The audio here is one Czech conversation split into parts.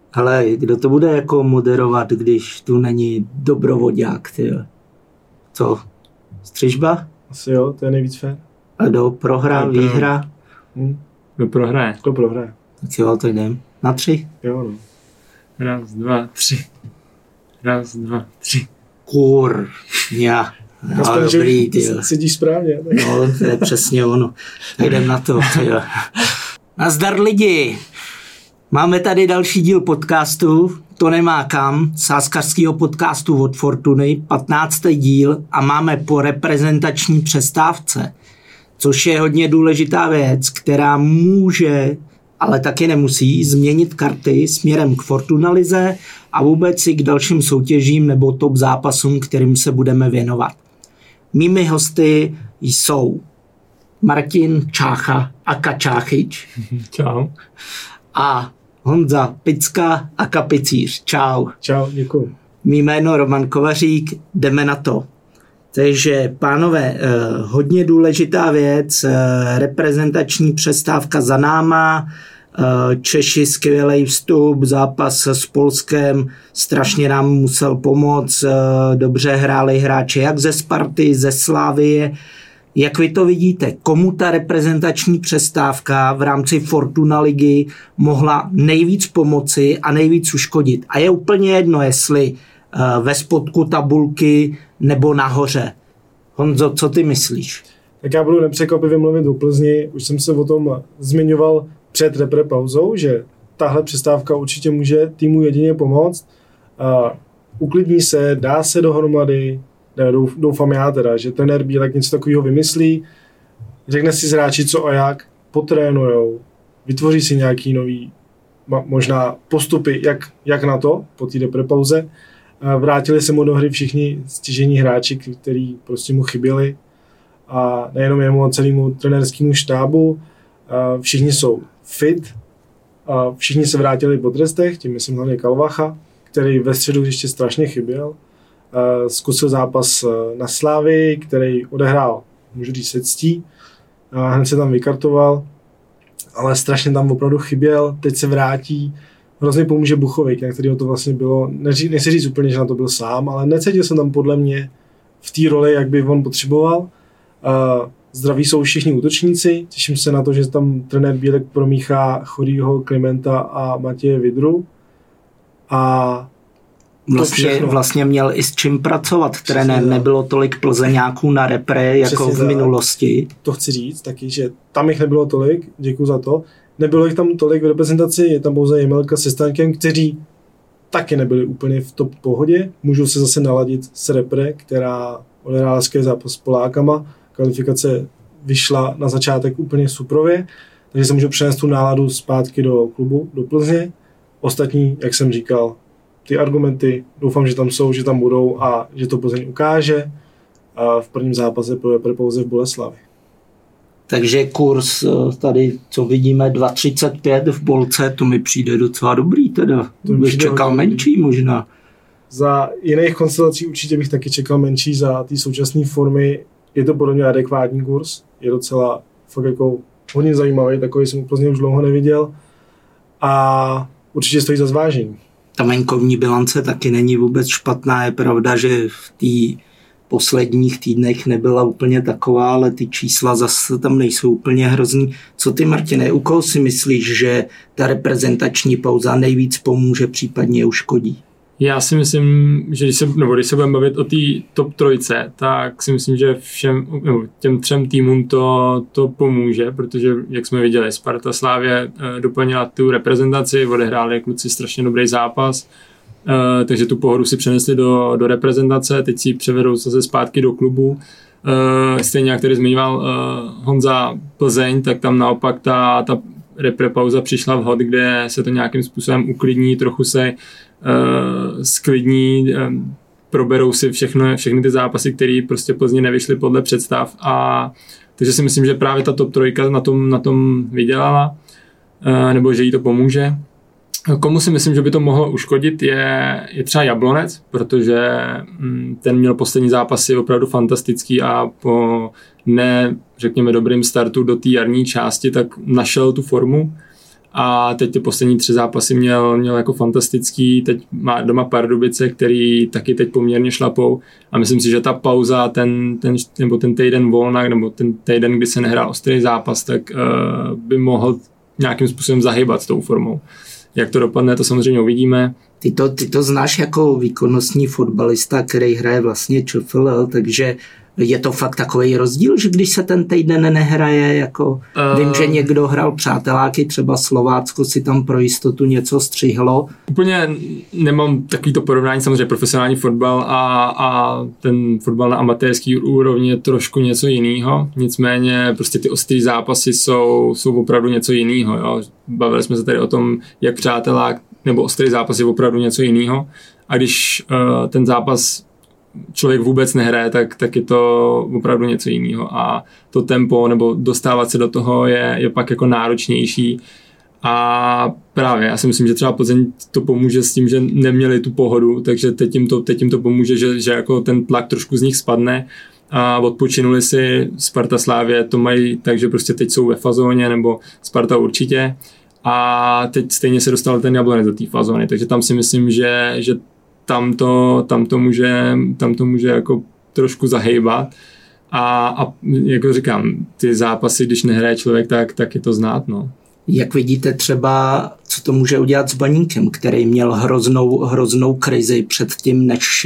Ale kdo to bude jako moderovat, když tu není dobrovodňák, tyjo? Co? Střižba? Asi jo, to je nejvíc fér. A kdo prohra, výhra? Kdo prohraje? Kdo prohraje? Tak jo, to jdem. Na 3? Jo, no. 1, 2, 3. 1, 2, 3. Kurňa. No, dobrý, tyjo. Sedíš správně. Tak. No, to je přesně ono. Tak jdem na to, tyjo. Nazdar lidi. Máme tady další díl podcastu, to nemá kam, sázkařského podcastu od Fortuny, 15. díl a máme po reprezentační přestávce, což je hodně důležitá věc, která může, ale taky nemusí, změnit karty směrem k Fortuna lize a vůbec i k dalším soutěžím nebo top zápasům, kterým se budeme věnovat. Mými hosty jsou Martin Čácha aka Čáchyč. Čau. A Honza Picka a Kapicíř. Čau. Čau, děkuji. Mý jméno Roman Kovařík, jdeme na to. Takže, pánové, hodně důležitá věc, reprezentační přestávka za náma, Češi skvělý vstup, zápas s Polskem, strašně nám musel pomoct, dobře hráli hráči jak ze Sparty, ze Slavie. Jak vy to vidíte, komu ta reprezentační přestávka v rámci Fortuna ligy mohla nejvíc pomoci a nejvíc uškodit? A je úplně jedno, jestli ve spodku tabulky nebo nahoře. Honzo, co ty myslíš? Tak já budu nepřekvapivě mluvit o Plzni. Už jsem se o tom zmiňoval před repre pauzou, že tahle přestávka určitě může týmu jedině pomoct. Uklidní se, dá se dohromady. Doufám já teda, že trenér Bílek něco takového vymyslí, řekne si z hráči co a jak, potrénujou, vytvoří si nějaký nový možná postupy, jak na to po té pauze. Vrátili se mu do hry všichni stěžení hráči, kteří prostě mu chyběli a nejenom jemu a celému trenérskému štábu. Všichni jsou fit, všichni se vrátili po trestech, tím myslím hlavně Kalvacha, který ve středu ještě strašně chyběl. Zkusil zápas na Slávii, který odehrál, můžu říct, se ctí. Hned se tam vykartoval, ale strašně tam opravdu chyběl. Teď se vrátí. Hrozně pomůže Buchovič, na kterého to vlastně bylo. Nechci říct úplně, že na to byl sám, ale necítil jsem tam podle mě v té roli, jak by on potřeboval. Zdraví jsou všichni útočníci. Těším se na to, že tam trenér Bílek promíchá Chorýho, Klimenta a Matěje Vidru. A Vlastně měl i s čím pracovat trenér, nebylo tolik plzeňáků na repre jako v minulosti. To chci říct taky, že tam jich nebylo tolik, děkuji za to. Nebylo jich tam tolik v reprezentaci, je tam pouze Jemelka se Stankem, kteří taky nebyli úplně v top pohodě. Můžou se zase naladit s repre, která odehrála hezký zápas s Polákama. Kvalifikace vyšla na začátek úplně suprově, takže se můžu přenést tu náladu zpátky do klubu, do Plzně. Ostatní, jak jsem říkal, ty argumenty, doufám, že tam jsou, že tam budou a že to Plzeň ukáže v prvním zápase pro pouze v Boleslavi. Takže kurz tady, co vidíme, 2,35 v Bolce, to mi přijde docela dobrý teda. To bych čekal menší možná. Za jiných konstelací určitě bych taky čekal menší, za té současné formy je to podle mě adekvátní kurz, je docela fakt jako hodně zajímavý, takový jsem Plzeň už dlouho neviděl a určitě stojí za zvážení. Ta venkovní bilance taky není vůbec špatná, je pravda, že v té posledních týdnech nebyla úplně taková, ale ty čísla zase tam nejsou úplně hrozný. Co ty, Martine, u koho si myslíš, že ta reprezentační pauza nejvíc pomůže, případně uškodí? Já si myslím, že když se budeme bavit o té top trojce, tak si myslím, že těm 3 týmům to pomůže, protože, jak jsme viděli, Sparta Slávě doplnila tu reprezentaci, odehráli kluci strašně dobrý zápas, takže tu pohodu si přenesli do reprezentace, teď si ji převedou zase zpátky do klubu. Stejně jak tady zmiňoval Honza Plzeň, tak tam naopak ta reprepauza přišla vhod, kde se to nějakým způsobem uklidní, trochu se sklidní, proberou si všechny ty zápasy, které prostě Plzni nevyšly podle představ, a takže si myslím, že právě ta top 3 na tom vydělala, nebo že jí to pomůže. Komu si myslím, že by to mohlo uškodit, je třeba Jablonec, protože ten měl poslední zápasy opravdu fantastický a po řekněme dobrým startu do té jarní části, tak našel tu formu a teď ty poslední 3 zápasy měl jako fantastický, teď má doma Pardubice, který taky teď poměrně šlapou a myslím si, že ta pauza, ten týden volna, nebo ten týden, kdy se nehrál ostrý zápas, tak by mohl nějakým způsobem zahybat s tou formou. Jak to dopadne, to samozřejmě uvidíme. Ty to znáš jako výkonnostní fotbalista, který hraje vlastně ČFL, takže je to fakt takový rozdíl, že když se ten týden nehraje, jako vím, že někdo hrál přáteláky, třeba Slovácko si tam pro jistotu něco střihlo. Úplně nemám takovýto porovnání, samozřejmě profesionální fotbal a ten fotbal na amatérský úrovni je trošku něco jiného, nicméně prostě ty ostrý zápasy jsou opravdu něco jiného. Jo. Bavili jsme se tady o tom, jak přátelák nebo ostrý zápas je opravdu něco jiného a když ten zápas člověk vůbec nehraje, tak je to opravdu něco jiného a to tempo nebo dostávat se do toho je pak jako náročnější a právě já si myslím, že třeba Plzeň to pomůže s tím, že neměli tu pohodu, takže teď jim to pomůže, že jako ten tlak trošku z nich spadne a odpočinuli si. Sparta, Slavie to mají, takže prostě teď jsou ve fazóně nebo Sparta určitě a teď stejně se dostal ten Jablonec do té fazóny, takže tam si myslím, že tam to může jako trošku zahejbat a jako říkám, ty zápasy, když nehraje člověk, tak je to znát, no. Jak vidíte třeba, co to může udělat s Baníkem, který měl hroznou krizi před tím, než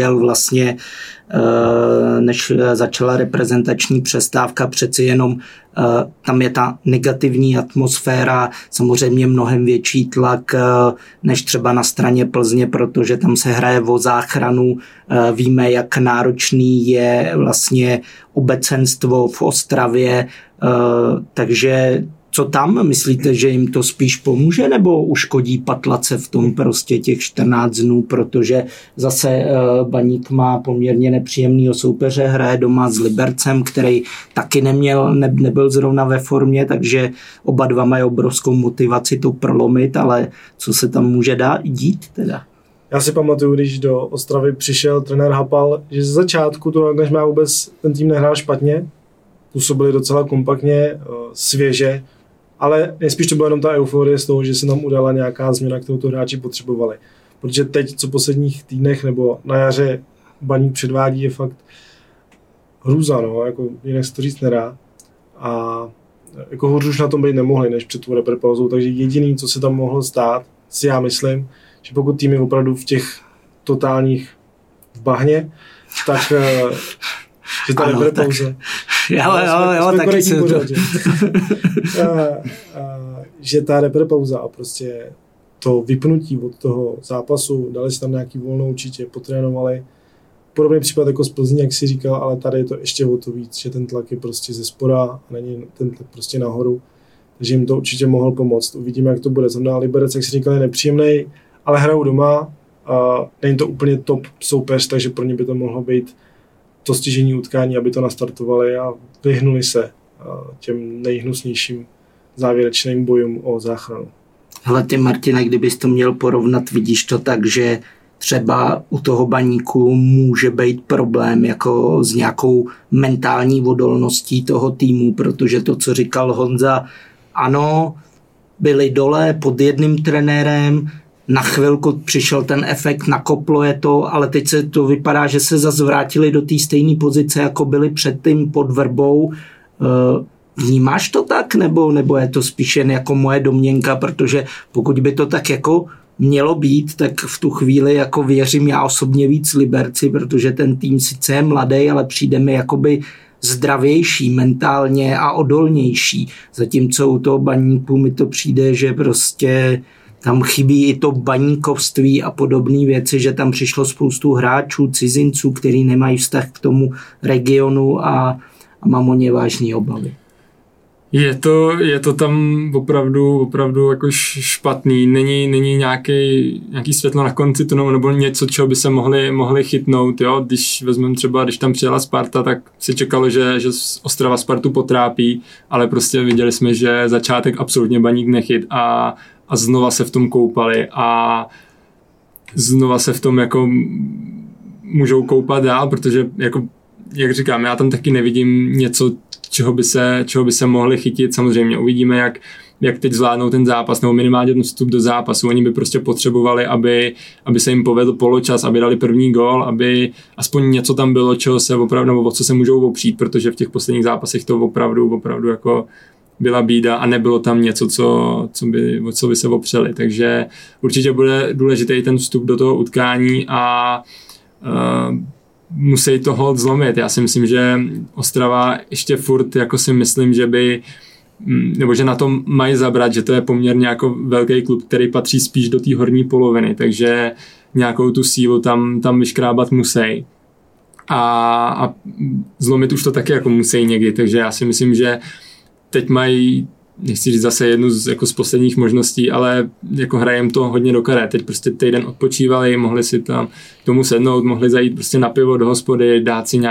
začala reprezentační přestávka, přeci jenom tam je ta negativní atmosféra, samozřejmě mnohem větší tlak než třeba na straně Plzně, protože tam se hraje o záchranu, víme, jak náročný je vlastně obecenstvo v Ostravě, takže co tam? Myslíte, že jim to spíš pomůže nebo uškodí patlace v tom prostě těch 14 dnů, protože zase Baník má poměrně nepříjemného soupeře, hraje doma s Libercem, který taky nebyl zrovna ve formě, takže oba dva mají obrovskou motivaci to prolomit, ale co se tam může dít teda? Já si pamatuju, když do Ostravy přišel trenér Hapal, že ze začátku to angažmá vůbec ten tým nehrál špatně, působili docela kompaktně, svěže, ale nejspíš to byla jenom ta euforie z toho, že se tam udala nějaká změna, kterou to hráči potřebovali. Protože teď, co v posledních týdnech nebo na jaře Baník předvádí, je fakt hrůza, no, jako jinak se to říct nedá. A jako hůř už na tom být nemohli, než před tu reprepauzou, takže jediný, co se tam mohlo stát, si já myslím, že pokud tým je opravdu v těch totálních v bahně, tak že ta reprepauza... Jo, taky se to... že ta reprepauza a prostě to vypnutí od toho zápasu, dali si tam nějaký volno určitě, potrénovali. Podobný případ jako z Plzní, jak si říkal, ale tady je to ještě o to víc, že ten tlak je prostě ze spora a není ten tlak prostě nahoru. Takže jim to určitě mohl pomoct. Uvidíme, jak to bude. Znamená Liberec, jak si říkal, je nepříjemný, ale hrajou doma. Není to úplně top soupeř, takže pro ně by to mohlo být to stěžení utkání, aby to nastartovali a vyhnuli se těm nejhnusnějším závěrečným bojům o záchranu. Hele ty, Martine, kdybys to měl porovnat, vidíš to tak, že třeba u toho Baníku může být problém jako s nějakou mentální odolností toho týmu, protože to, co říkal Honza, ano, byli dole pod jedním trenérem, na chvilku přišel ten efekt, nakoplo je to, ale teď se to vypadá, že se zase vrátili do té stejné pozice, jako byli předtím pod Vrbou. Vnímáš to tak, nebo je to spíš jen jako moje domněnka, protože pokud by to tak jako mělo být, tak v tu chvíli jako věřím já osobně víc Liberci, protože ten tým sice je mladý, ale přijde mi jakoby zdravější mentálně a odolnější. Zatímco u toho Baníku mi to přijde, že prostě tam chybí i to baníkovství a podobné věci, že tam přišlo spoustu hráčů, cizinců, kteří nemají vztah k tomu regionu a mám o ně vážné obavy. Je to tam opravdu jako špatný. Není nějaký světlo na konci tunelu nebo něco, čeho by se mohli chytnout. Jo? Když vezmeme třeba, když tam přijela Sparta, tak se čekalo, že Ostrava Spartu potrápí, ale prostě viděli jsme, že začátek absolutně Baník nechyt a znova se v tom koupali a znova se v tom jako můžou koupat dál, protože jako, jak říkám, já tam taky nevidím něco, čeho by se mohli chytit. Samozřejmě uvidíme, jak jak teď zvládnou ten zápas, nebo minimálně ten vstup do zápasu. Oni by prostě potřebovali, aby se jim povedl poločas, aby dali první gól, aby aspoň něco tam bylo, čeho se opravdu, nebo o co se můžou opřít, protože v těch posledních zápasech to opravdu jako byla bída a nebylo tam něco, o co by se opřeli. Takže určitě bude důležitý ten vstup do toho utkání a musí to hold zlomit. Já si myslím, že Ostrava ještě furt jako si myslím, že by nebo že na tom mají zabrat, že to je poměrně jako velký klub, který patří spíš do té horní poloviny, takže nějakou tu sílu tam vyškrábat musí. A zlomit už to taky jako musí někdy, takže já si myslím, že teď mají, nechci říct zase jednu z posledních možností, ale jako hrajem to hodně do karet. Teď prostě týden odpočívali, mohli si tam tomu sednout, mohli zajít prostě na pivo do hospody, dát si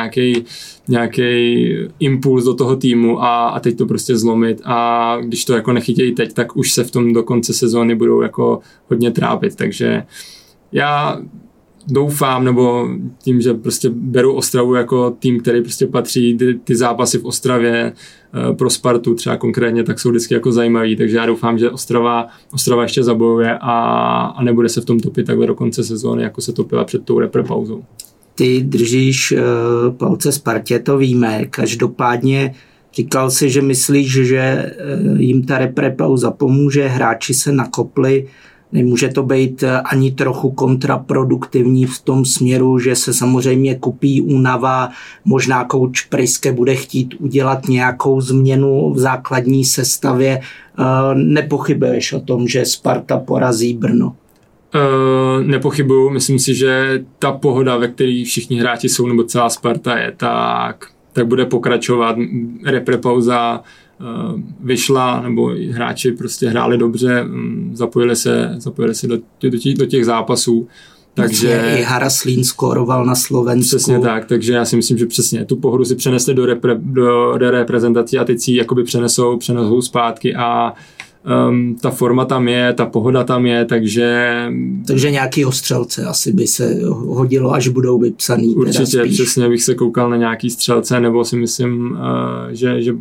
nějaký impuls do toho týmu a teď to prostě zlomit a když to jako nechytějí teď, tak už se v tom do konce sezóny budou jako hodně trápit, takže já doufám, nebo tím, že prostě beru Ostravu jako tým, který prostě patří, ty zápasy v Ostravě pro Spartu třeba konkrétně, tak jsou vždycky jako zajímavý, takže já doufám, že Ostrava ještě zabojuje a nebude se v tom topit takhle do konce sezóny, jako se topila před tou reprepauzou. Ty držíš palce Spartě, to víme, každopádně říkal si, že myslíš, že jim ta reprepauza pomůže, hráči se nakopli. Nemůže to být ani trochu kontraproduktivní v tom směru, že se samozřejmě kupí únava, možná kouč Priske bude chtít udělat nějakou změnu v základní sestavě. Nepochybuješ o tom, že Sparta porazí Brno? Nepochybuju, myslím si, že ta pohoda, ve které všichni hráči jsou, nebo celá Sparta je, tak bude pokračovat. Reprepauza vyšla, nebo hráči prostě hráli dobře, zapojili se do těch zápasů. Takže i Haraslín skóroval na Slovensku. Přesně tak, takže já si myslím, že přesně tu pohodu si přenesli do reprezentací a teď si jakoby přenesou zpátky a ta forma tam je, ta pohoda tam je, takže nějaký střelce asi by se hodilo, až budou vypsaný. Určitě, přesně bych se koukal na nějaký střelce, nebo si myslím, že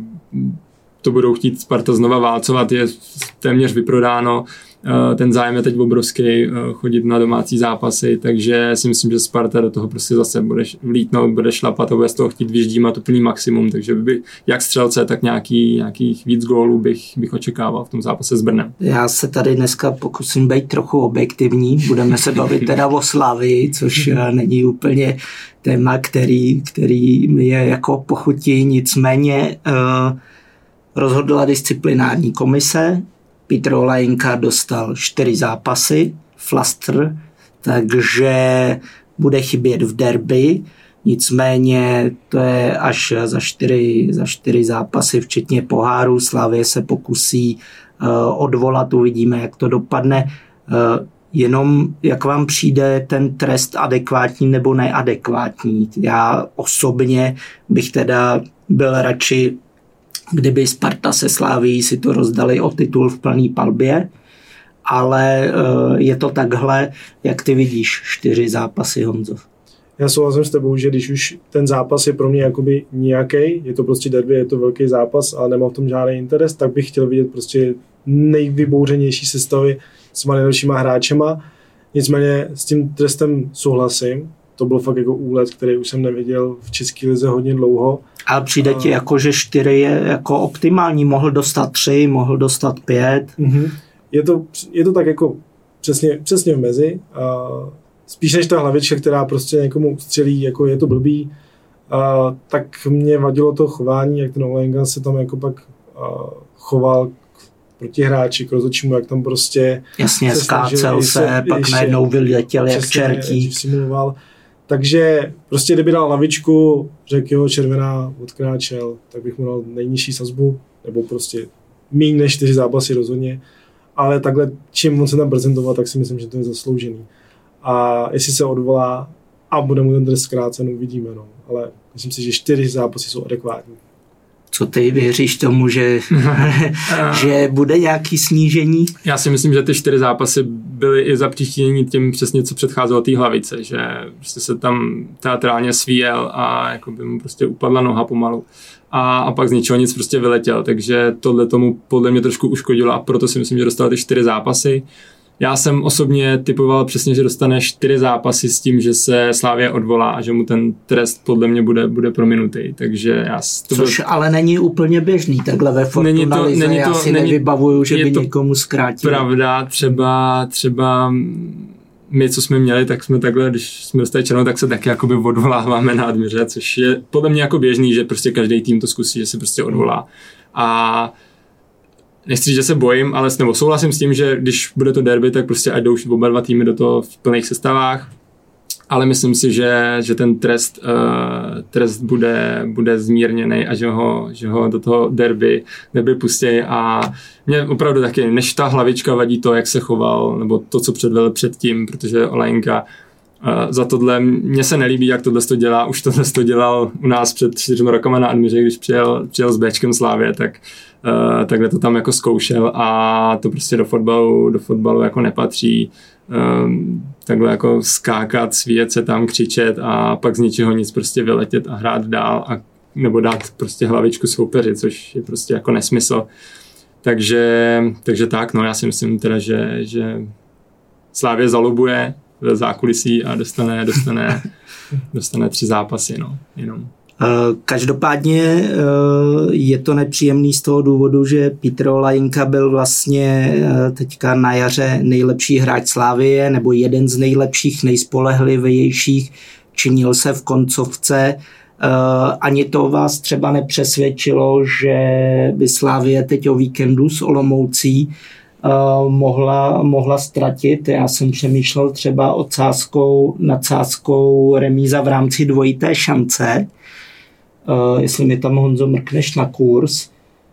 to budou chtít Sparta znova válcovat, je téměř vyprodáno, ten zájem je teď obrovský chodit na domácí zápasy, takže si myslím, že Sparta do toho prostě zase bude vlítnout, bude šlapat a bude z toho chtít vyždímat úplný maximum, takže by jak střelce, tak nějakých víc gólů bych očekával v tom zápase s Brnem. Já se tady dneska pokusím být trochu objektivní, budeme se bavit teda o Slavii, což není úplně téma, který mi je jako pochutí, nicméně rozhodla disciplinární komise, Petr Olajinka dostal 4 zápasy, flastr, takže bude chybět v derby, nicméně to je až za 4 zápasy, včetně poháru. Slavie se pokusí odvolat, uvidíme, jak to dopadne. Jenom jak vám přijde ten trest adekvátní nebo neadekvátní. Já osobně bych teda byl radši, kdyby Sparta se Slavií si to rozdali o titul v plný palbě, ale je to takhle, jak ty vidíš 4 zápasy, Honzo. Já souhlasím s tebou, že když už ten zápas je pro mě jakoby nějaký, je to prostě derby, je to velký zápas, ale nemám v tom žádný interes, tak bych chtěl vidět prostě nejvybouřenější sestavy s těma nejlepšíma hráčema. Nicméně s tím trestem souhlasím. To byl fakt jako úlet, který už jsem neviděl v české lize hodně dlouho. Ale přijde ti jako, že 4 je jako optimální, mohl dostat 3, mohl dostat 5. Mm-hmm. Je to tak jako přesně v mezi. Spíš než ta hlavička, která prostě někomu střelí, jako je to blbý, tak mě vadilo to chování, jak ten Olajinka se tam jako pak choval proti hráči, k rozhodčímu, jak tam prostě jasně skácel se, pak najednou vyletěl jak čertík. Simuloval. Takže prostě kdyby dal lavičku, řekl jo, červená, odkráčel, tak bych mu dal nejnižší sazbu, nebo prostě méně než 4 zápasy rozhodně. Ale takhle, čím on se tam prezentoval, tak si myslím, že to je zasloužený. A jestli se odvolá a bude mu ten trest zkrácen, uvidíme. No. Ale myslím si, že 4 zápasy jsou adekvátní. Co ty věříš tomu, že bude nějaký snížení? Já si myslím, že ty 4 zápasy byli i zapříčinění tím přesně, co předcházelo té hlavice, že prostě se tam teatrálně svíjel a jako by mu prostě upadla noha pomalu. A pak z ničeho nic prostě vyletěl, takže tohle tomu podle mě trošku uškodilo a proto si myslím, že dostal ty 4 zápasy. Já jsem osobně typoval přesně, že dostane 4 zápasy s tím, že se Slavia odvolá a že mu ten trest podle mě bude prominutý. Takže Což ale není úplně běžný takhle ve Fortuna lize. Já si nevybavuju, že by někomu zkrátil. Pravda, třeba my, co jsme měli, tak jsme takhle, když jsme dostali černou, tak se taky jakoby odvoláváme na admiře, což je podle mě jako běžný, že prostě každý tým to zkusí, že se prostě odvolá. A nechci říct, že se bojím, ale nebo souhlasím s tím, že když bude to derby, tak prostě ať jdou oba dva týmy do toho v plných sestavách, ale myslím si, že ten trest bude zmírněný a že ho do toho derby pustějí a mě opravdu taky, než ta hlavička vadí to, jak se choval, nebo to, co předvedl předtím, protože Olajinka za tohle, mně se nelíbí, jak tohle to dělá, už tohle to dělal u nás před 4 rokama na Admiře, když přijel s Bčkem Slavie, tak takhle to tam jako zkoušel a to prostě do fotbalu jako nepatří. Takhle jako skákat, svíjet se tam, křičet a pak z ničeho nic prostě vyletět a hrát dál nebo dát prostě hlavičku soupeři, což je prostě jako nesmysl. Takže tak, no já si myslím teda, že Slavie zalobuje v zákulisí a dostane 3 zápasy, no, jenom. Každopádně je to nepříjemný z toho důvodu, že Petr Olajinka byl vlastně teďka na jaře nejlepší hráč Slavie, nebo jeden z nejlepších, nejspolehlivějších, činil se v koncovce. Ani to vás třeba nepřesvědčilo, že by Slavie teď o víkendu s Olomoucí mohla ztratit. Já jsem přemýšlel třeba o nadsázkou remíza v rámci dvojité šance, jestli mi tam, Honzo, mrkneš na kurz,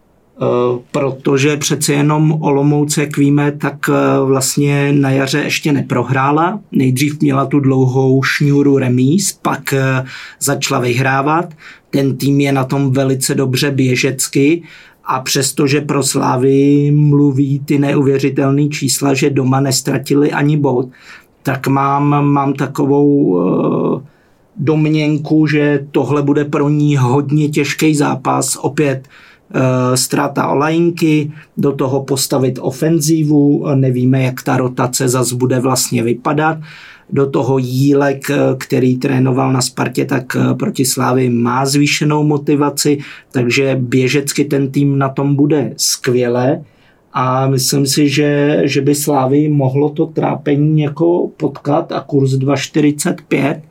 protože přece jenom Olomouc, jak víme, tak vlastně na jaře ještě neprohrála. Nejdřív měla tu dlouhou šňůru remíz, pak začala vyhrávat. Ten tým je na tom velice dobře běžecky a přestože pro Slavii mluví ty neuvěřitelné čísla, že doma nestratili ani bod, tak mám takovou domněnku, že tohle bude pro ní hodně těžký zápas. Opět ztráta Olajinky, do toho postavit ofenzívu, nevíme, jak ta rotace zas bude vlastně vypadat. Do toho Jílek, který trénoval na Spartě, tak proti Slavii má zvýšenou motivaci, takže běžecky ten tým na tom bude skvěle a myslím si, že by Slavii mohlo to trápení jako potkat a kurz 2,45.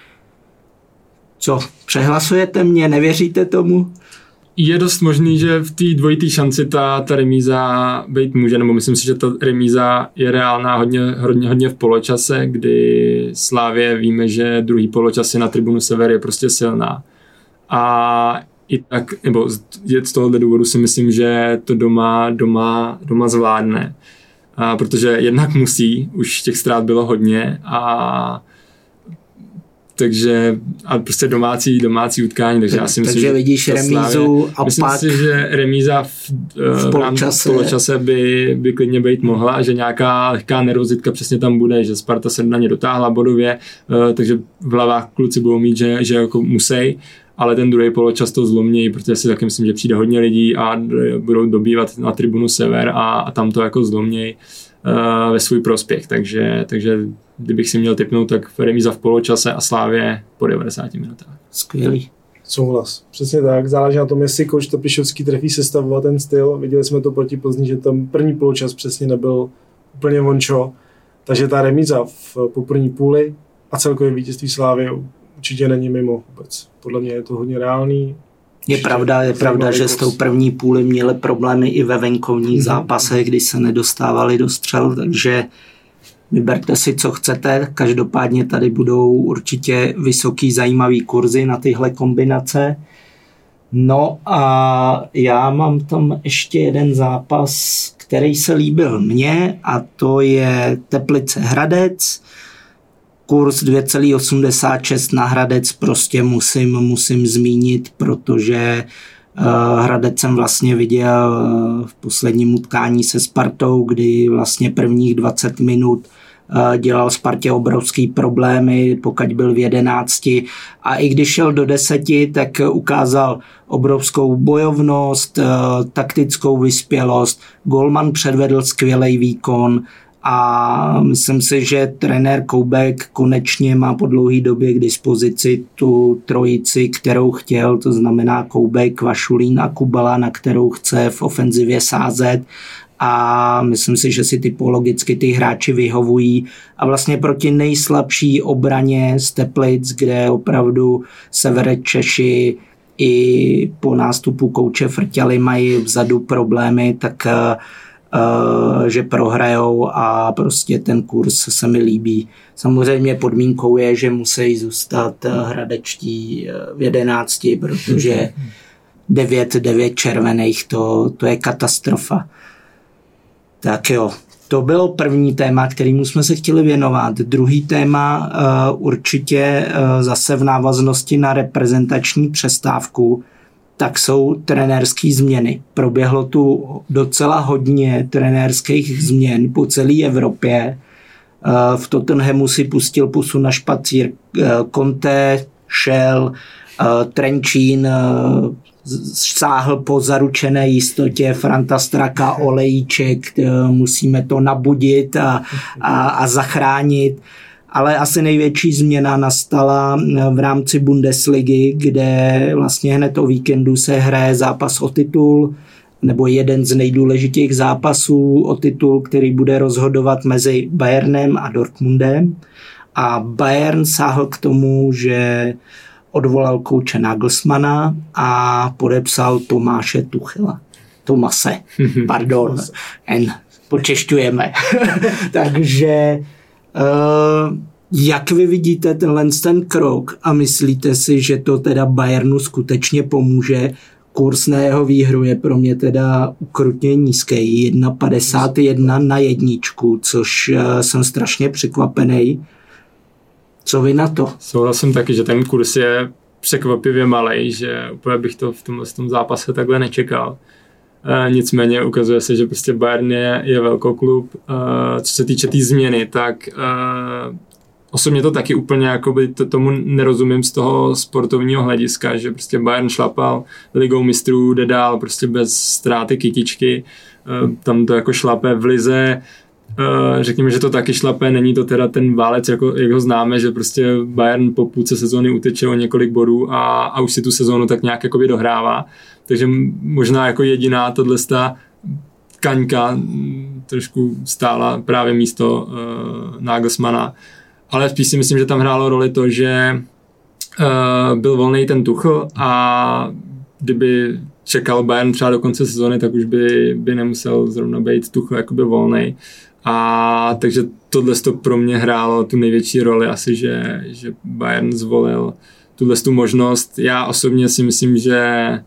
Co, přehlasujete mě, nevěříte tomu? Je dost možný, že v té dvojité šanci ta remíza být může, nebo myslím si, že ta remíza je reálná hodně v poločase, kdy Slavie víme, že druhý poločas je na tribunu Sever je prostě silná. A i tak, nebo z tohohle důvodu si myslím, že to doma zvládne. Protože jednak musí, už těch ztrát bylo hodně takže a prostě domácí utkání, takže já si myslím, že vidíš remízu a myslím pak si, že remíza v poločase by klidně být mohla a že nějaká lehká nervozitka přesně tam bude, že Sparta se na ně dotáhla bodově, takže v hlavách kluci budou mít, že jako musí, ale ten druhý poločas to zlomnějí, protože si taky myslím, že přijde hodně lidí a budou dobývat na tribunu Sever a tam to jako zlomnějí ve svůj prospěch, takže kdybych si měl tipnout, tak remíza v poločase a Slavie po 90 minutách. Skvělý. Souhlas. Přesně tak. Záleží na tom, jestli kouč Trpišovský trefí sestavu a ten styl. Viděli jsme to proti Plzni, že tam první poločas přesně nebyl úplně vončo. Takže ta remíza po první půli a celkově vítězství Slavie určitě není mimo vůbec. Podle mě je to hodně reálný. Je pravda, že s tou první půli měli problémy i ve venkovních zápasech, kdy se nedostávali do střel, takže vyberte si, co chcete. Každopádně tady budou určitě vysoký zajímavý kurzy na tyhle kombinace. No a já mám tam ještě jeden zápas, který se líbil mně a to je Teplice Hradec. Kurz 2,86 na Hradec prostě musím zmínit, protože Hradec jsem vlastně viděl v posledním utkání se Spartou, kdy vlastně prvních 20 minut dělal Spartě obrovský problémy, pokud byl v 11. A i když šel do 10, tak ukázal obrovskou bojovnost, taktickou vyspělost. Golman předvedl skvělý výkon a myslím si, že trenér Koubek konečně má po dlouhé době k dispozici tu trojici, kterou chtěl, to znamená Koubek, Vašulín a Kubala, na kterou chce v ofenzivě sázet. A myslím si, že si typologicky ty hráči vyhovují a vlastně proti nejslabší obraně z Teplic, kde opravdu Severečeši i po nástupu kouče Frťaly mají vzadu problémy, tak že prohrajou a prostě ten kurz se mi líbí. Samozřejmě podmínkou je, že musí zůstat hradečtí v 11, protože 9 červených, to je katastrofa. Tak jo, to bylo první téma, kterému jsme se chtěli věnovat. Druhý téma určitě zase v návaznosti na reprezentační přestávku, tak jsou trenérské změny. Proběhlo tu docela hodně trenérských změn po celé Evropě. V Tottenhamu si pustil pusu na špacír Conte, šel, Trenčín sáhl po zaručené jistotě, Franta Straka, Olejíček, musíme to nabudit a zachránit. Ale asi největší změna nastala v rámci Bundesligy, kde vlastně hned o víkendu se hraje zápas o titul, nebo jeden z nejdůležitějších zápasů o titul, který bude rozhodovat mezi Bayernem a Dortmundem. A Bayern sáhl k tomu, že odvolal kouče Nagelsmana a podepsal Tomáše Tuchela. Tomase, pardon, počešťujeme. Takže jak vy vidíte ten krok a myslíte si, že to teda Bayernu skutečně pomůže? Kurz na jeho výhru je pro mě teda ukrutně nízký, 1,51 na jedničku, což jsem strašně překvapený. Co vy na to? Souhlasím taky, že ten kurz je překvapivě malej, že úplně bych to v tom zápase takhle nečekal. Nicméně ukazuje se, že prostě Bayern je velkoklub. Co se týče té změny, tak osobně to taky úplně jakoby tomu nerozumím z toho sportovního hlediska, že prostě Bayern šlapal ligou mistrů, jde dál prostě bez ztráty kytičky, tam to jako šlape v lize. Řekněme, že to taky šlape, není to teda ten válec, jak ho známe, že prostě Bayern po půlce sezóny uteče o několik bodů a už si tu sezónu tak nějak jakoby dohrává. Takže možná jako jediná tato kaňka trošku stála právě místo Nagelsmana. Ale spíš si myslím, že tam hrálo roli to, že byl volný ten Tuchel a kdyby čekal Bayern třeba do konce sezóny, tak už by nemusel zrovna být Tuchel jakoby volnej. A takže tohle to pro mě hrálo tu největší roli asi, že Bayern zvolil tu možnost. Já osobně si myslím, že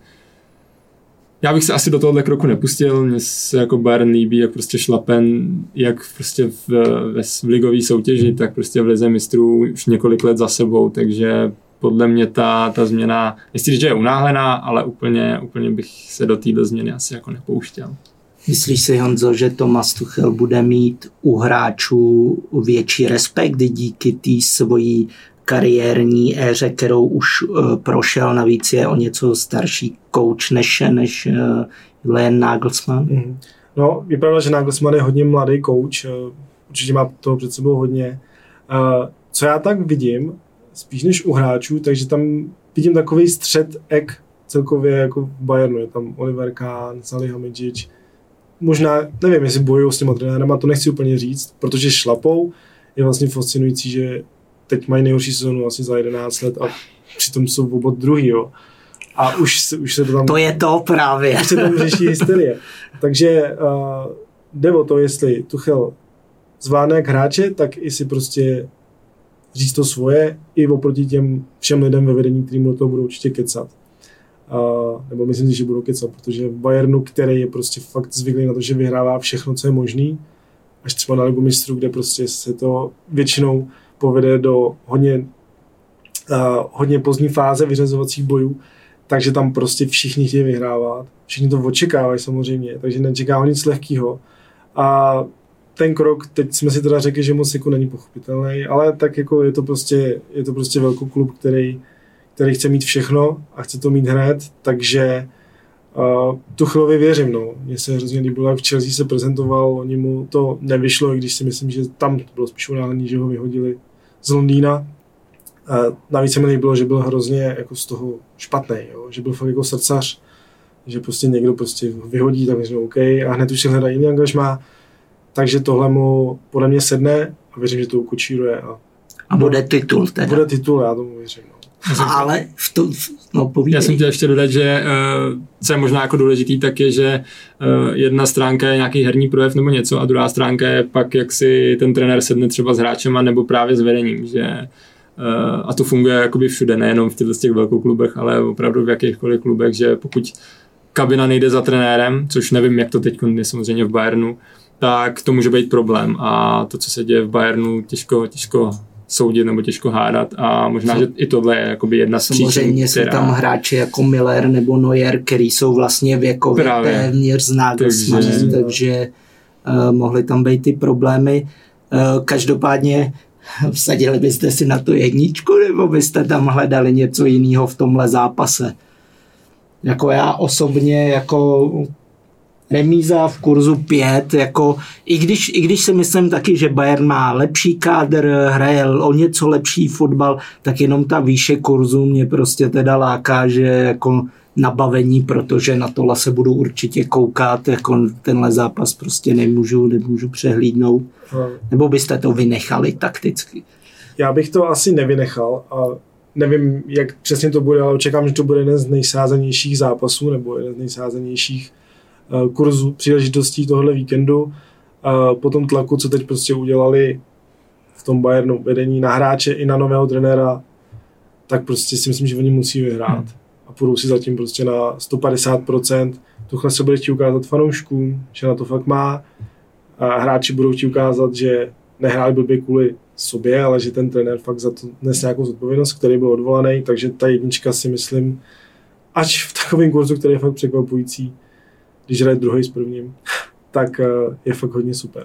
já bych se asi do tohohle kroku nepustil. Mně se jako Bayern líbí, jak prostě šlapen, jak prostě v ligové soutěži, tak prostě v lize mistrů už několik let za sebou, takže podle mě ta změna, jestli říct, že je unáhlená, ale úplně bych se do téhle změny asi jako nepouštěl. Myslíš si, Honzo, že Thomas Tuchel bude mít u hráčů větší respekt díky té svojí kariérní éře, kterou už prošel, navíc je o něco starší coach než Julian Nagelsmann? No, je pravda, že Nagelsmann je hodně mladý coach, určitě má toho před sebou hodně. Co já tak vidím, spíš než u hráčů, takže tam vidím takový střed celkově jako v Bayernu. Je tam Oliver Kahn, Salihamidzic. Možná, nevím, jestli bojují s těma trenérama, to nechci úplně říct, protože šlapou. Je vlastně fascinující, že teď mají nejhorší sezonu asi za 11 let a přitom jsou obod druhý, jo. A už se to tam... To je to právě. Už se tam řeší hysterie. Takže jde o to, jestli Tuchel zvládne jak hráče, tak i si prostě říct to svoje i oproti těm všem lidem ve vedení, kterým do toho budou určitě kecat. Nebo myslím si, že budou kecat, protože v Bayernu, který je prostě fakt zvyklý na to, že vyhrává všechno, co je možný, až třeba na ligu mistrů, kde prostě se to většinou povede do hodně pozdní fáze vyřazovacích bojů, takže tam prostě všichni chtějí vyhrávat. Všichni to očekávají samozřejmě, takže nečekávají nic lehkého. A ten krok, teď jsme si teda řekli, že moc jako není pochopitelný, ale tak jako je to prostě velký klub, který chce mít všechno a chce to mít hned, takže Tuchelovi věřím. No. Mně se hrozně líbilo, jak v Chelsea se prezentoval, oni mu to nevyšlo, i když si myslím, že tam to bylo spíš unáhlení, že ho vyhodili z Londýna. Navíc se mi líbilo, že byl hrozně jako z toho špatný, jo? Že byl fakt jako srdcař, že prostě někdo prostě vyhodí, tak řekne OK a hned už si hledá jiný angažmá, takže tohle mu podle mě sedne a věřím, že to ukočíruje. A bude titul teda. Bude titul, já tomu věřím. No. Ale povídej. Já jsem chtěl ještě dodat, že co je možná jako důležitý, tak je, že jedna stránka je nějaký herní projev nebo něco a druhá stránka je pak, jak si ten trenér sedne třeba s hráčema nebo právě s vedením, že a to funguje jakoby všude, nejenom v těch velkou klubech, ale opravdu v jakýchkoliv klubech, že pokud kabina nejde za trenérem, což nevím, jak to teď je samozřejmě v Bayernu, tak to může být problém a to, co se děje v Bayernu, těžko soudit nebo těžko hádat a možná, že i tohle je jakoby jedna z příčin. Samozřejmě jsou tam hráči jako Miller nebo Neuer, který jsou vlastně věkově téměř s Nagelsmannem, takže mohly tam být ty problémy. Každopádně vsadili byste si na tu jedničku, nebo byste tam hledali něco jiného v tomhle zápase? Jako já osobně, jako remíza v kurzu 5, jako i když si myslím taky, že Bayern má lepší kádr, hraje o něco lepší fotbal, tak jenom ta výše kurzu mě prostě teda láká, že jako nabavení, protože na tohle se budu určitě koukat, jako tenhle zápas prostě nemůžu přehlídnout. Nebo byste to vynechali takticky? Já bych to asi nevynechal a nevím, jak přesně to bude, ale očekám, že to bude jeden z nejsázenějších zápasů nebo jeden z nejsázenějších kurzů, příležitostí tohle víkendu. Po tom tlaku, co teď prostě udělali v tom Bayernu vedení na hráče i na nového trenéra, tak prostě si myslím, že oni musí vyhrát. A půjdou si zatím prostě na 150%. Tuhle se bude chtít ukázat fanouškům, že na to fakt má. A hráči budou chtít ukázat, že nehráli blbě kvůli sobě, ale že ten trenér fakt za to nese nějakou zodpovědnost, který byl odvolaný, takže ta jednička si myslím, až v takovém kurzu, který je fakt překvapující, když hraje druhý s prvním, tak je fakt hodně super.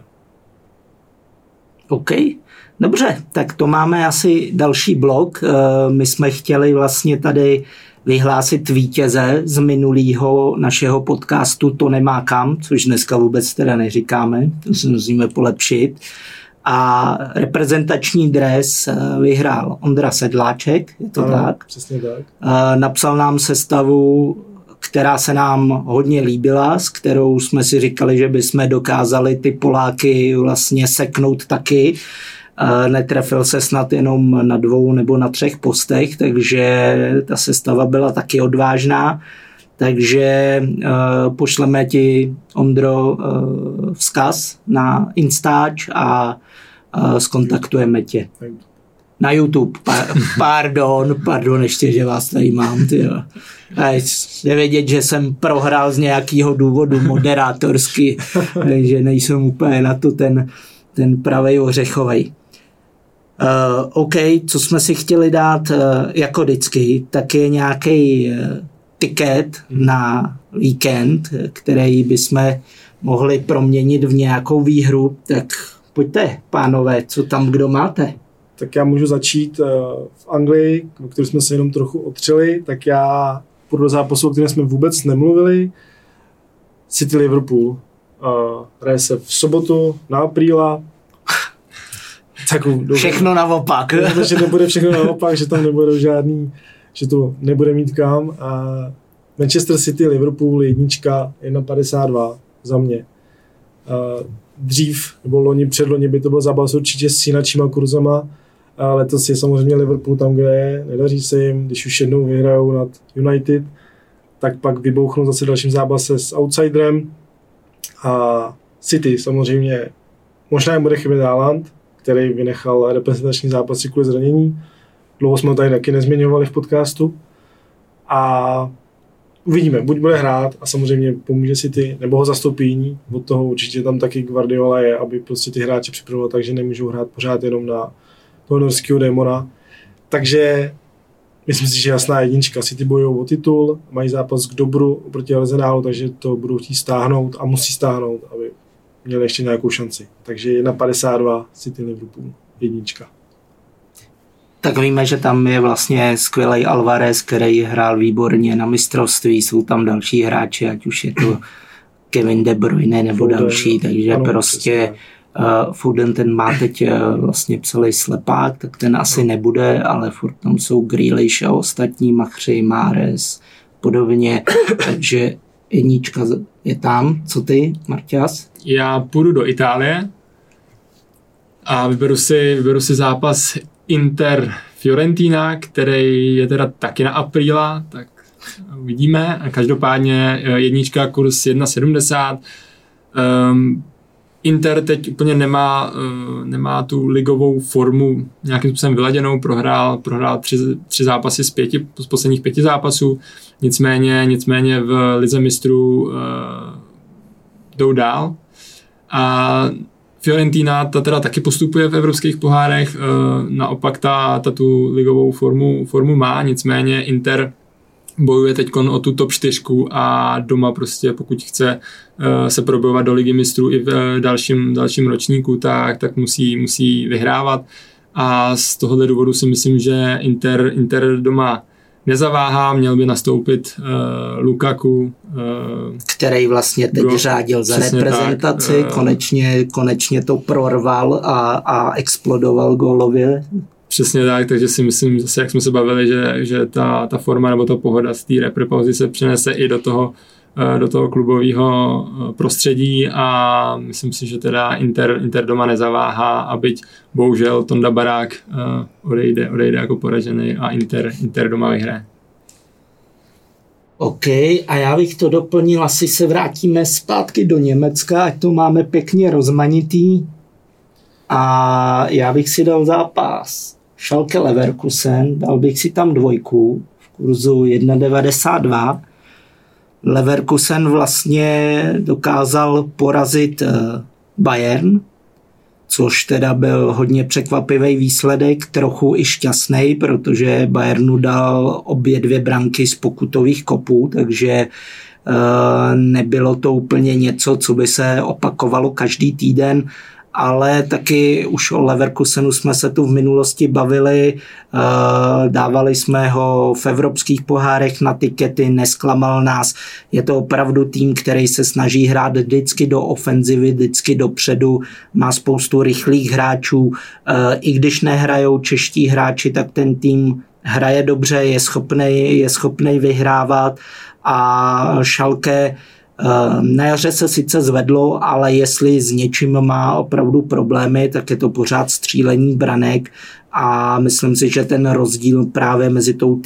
OK, dobře, tak to máme asi další blok. My jsme chtěli vlastně tady vyhlásit vítěze z minulého našeho podcastu To nemá kam, což dneska vůbec teda neříkáme, to se musíme polepšit. A reprezentační dres vyhrál Ondra Sedláček, je to tak? Přesně tak. Napsal nám sestavu, která se nám hodně líbila, s kterou jsme si říkali, že bychom dokázali ty Poláky vlastně seknout taky. Netrefil se snad jenom na 2 nebo na 3 postech, takže ta sestava byla taky odvážná. Takže pošleme ti, Ondro, vzkaz na Instač a zkontaktujeme tě. Na YouTube. Pardon, ještě, že vás tady mám. Je vědět, že jsem prohrál z nějakého důvodu moderátorsky, že nejsem úplně na to ten pravej ořechovej. OK, co jsme si chtěli dát jako vždycky, tak je nějaký tiket na víkend, který bychom mohli proměnit v nějakou výhru, tak pojďte, pánové, co tam kdo máte? Tak já můžu začít v Anglii, o kterém jsme se jenom trochu otřeli, tak já půjdu do zápasu, o kterém jsme vůbec nemluvili, City Liverpool. Hraje se v sobotu na apríla. Všechno naopak. Že to bude všechno naopak, že tam nebude žádný, že to nebude mít kam. Manchester City, Liverpool, 1,52 za mě. Dřív, nebo předloni by to byl zápas určitě s jináčíma kurzama. Letos je samozřejmě Liverpool tam, kde je. Nedaří se jim, když už jednou vyhrajou nad United, tak pak vybouchnou zase dalším zápase s outsiderem. A City samozřejmě, možná jim bude chybět Haaland, který vynechal reprezentační zápasy kvůli zranění. Dlouho jsme to tady taky nezmiňovali v podcastu. A uvidíme, buď bude hrát a samozřejmě pomůže City, nebo ho zastoupí jiní. Od toho určitě tam taky Guardiola je, aby prostě ty hráči připravoval, takže nemůžou hrát pořád jenom na toho norského démona. Takže myslím si, že jasná jednička. City bojují o titul, mají zápas k dobru proti Arsenalu, takže to budou chtít stáhnout a musí stáhnout, aby měli ještě nějakou šanci. Takže 1,52 City Liverpool, jednička. Tak víme, že tam je vlastně skvělý Alvarez, který hrál výborně na mistrovství, jsou tam další hráči, ať už je to Kevin De Bruyne nebo Foden, další, takže ano, prostě Foden ten má teď vlastně celý slepák, tak ten asi nebude, ale furt tam jsou Grealish a ostatní Machři, Mahrez, podobně, takže jednička je tam. Co ty, Marťas? Já půjdu do Itálie a vyberu si zápas Inter Fiorentina, který je teda taky na apríla, tak uvidíme. Každopádně jednička kurz 1,70. Inter teď úplně nemá tu ligovou formu nějakým způsobem vyladěnou, prohrál tři zápasy z posledních 5 zápasů, nicméně v lize mistrů jdou dál. A Fiorentina ta teda taky postupuje v evropských pohárech, naopak ta tu ligovou formu má, nicméně Inter bojuje teď o tu top 4 a doma prostě pokud chce se probojovat do ligy mistrů i v dalším ročníku, tak musí vyhrávat a z tohohle důvodu si myslím, že Inter doma nezaváhá, měl by nastoupit Lukaku. Který vlastně teď řádil za reprezentaci, konečně to prorval a explodoval gólově. Přesně tak, takže si myslím, zase jak jsme se bavili, že ta forma nebo ta pohoda z té reprepauzy se přenese i do toho klubového prostředí a myslím si, že teda Inter doma nezaváhá a byť bohužel Tonda Barák odejde jako poražený a Inter doma vyhraje. OK, a já bych to doplnil, asi se vrátíme zpátky do Německa, ať to máme pěkně rozmanitý a já bych si dal zápas Schalke Leverkusen, dal bych si tam 2 v kurzu 1,92. Leverkusen vlastně dokázal porazit Bayern, což teda byl hodně překvapivý výsledek, trochu i šťastný, protože Bayernu dal obě 2 branky z pokutových kopů, takže nebylo to úplně něco, co by se opakovalo každý týden, ale taky už o Leverkusenu jsme se tu v minulosti bavili, dávali jsme ho v evropských pohárech na tikety, nesklamal nás. Je to opravdu tým, který se snaží hrát vždycky do ofenzivy, vždycky dopředu, má spoustu rychlých hráčů, i když nehrajou čeští hráči, tak ten tým hraje dobře, je schopný vyhrávat a Schalke na jaře se sice zvedlo, ale jestli s něčím má opravdu problémy, tak je to pořád střílení branek a myslím si, že ten rozdíl právě mezi tou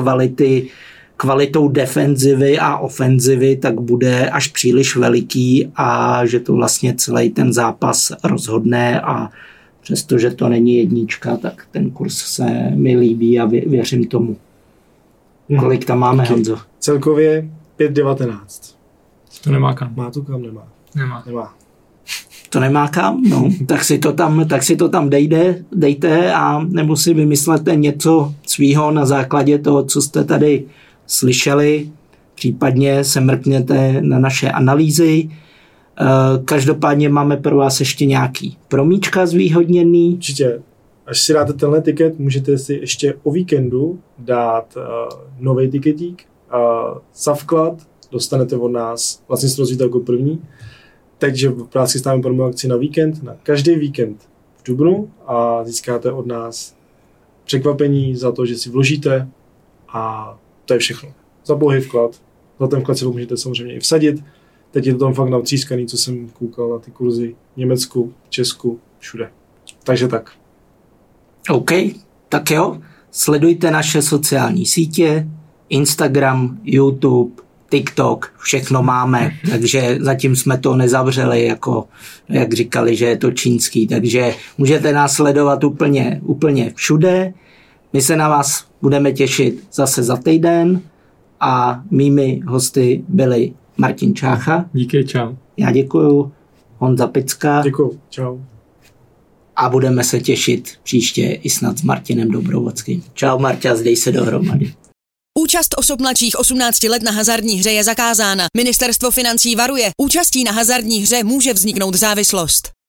kvalitou defenzivy a ofenzivy tak bude až příliš veliký a že to vlastně celý ten zápas rozhodne a přestože to není jednička, tak ten kurz se mi líbí a věřím tomu. Kolik tam máme, Honzo? Celkově 5,19. To nemá kam. Má to kam? Nemá. To nemá kam? No, tak si to tam dejte a nemusí vymyslete něco svýho na základě toho, co jste tady slyšeli. Případně se mrkněte na naše analýzy. Každopádně máme pro vás ještě nějaký promíčka zvýhodněný. Určitě. Až si dáte tenhle tiket, můžete si ještě o víkendu dát nový tiketík za vklad. Dostanete od nás, vlastně se rozvíjíte jako první. Takže v práci stáváme promo akci na víkend, na každý víkend v dubnu a získáte od nás překvapení za to, že si vložíte a to je všechno. Za pouhý vklad. Za ten vklad si to můžete samozřejmě i vsadit. Teď je to tam fakt natřískaný, co jsem koukal na ty kurzy v Německu, Česku, všude. Takže tak. OK, tak jo. Sledujte naše sociální sítě, Instagram, YouTube, TikTok, všechno máme, takže zatím jsme to nezavřeli, jako jak říkali, že je to čínský, takže můžete nás sledovat úplně všude. My se na vás budeme těšit zase za týden a mými hosty byli Martin Čácha. Díky, čau. Já děkuju. Honza Picka. Děkuju, čau. a budeme se těšit příště i snad s Martinem Dobrovodským. Čau Marťa, zdej se dohromady. Účast osob mladších 18 let na hazardní hře je zakázána. Ministerstvo financí varuje, účastí na hazardní hře může vzniknout závislost.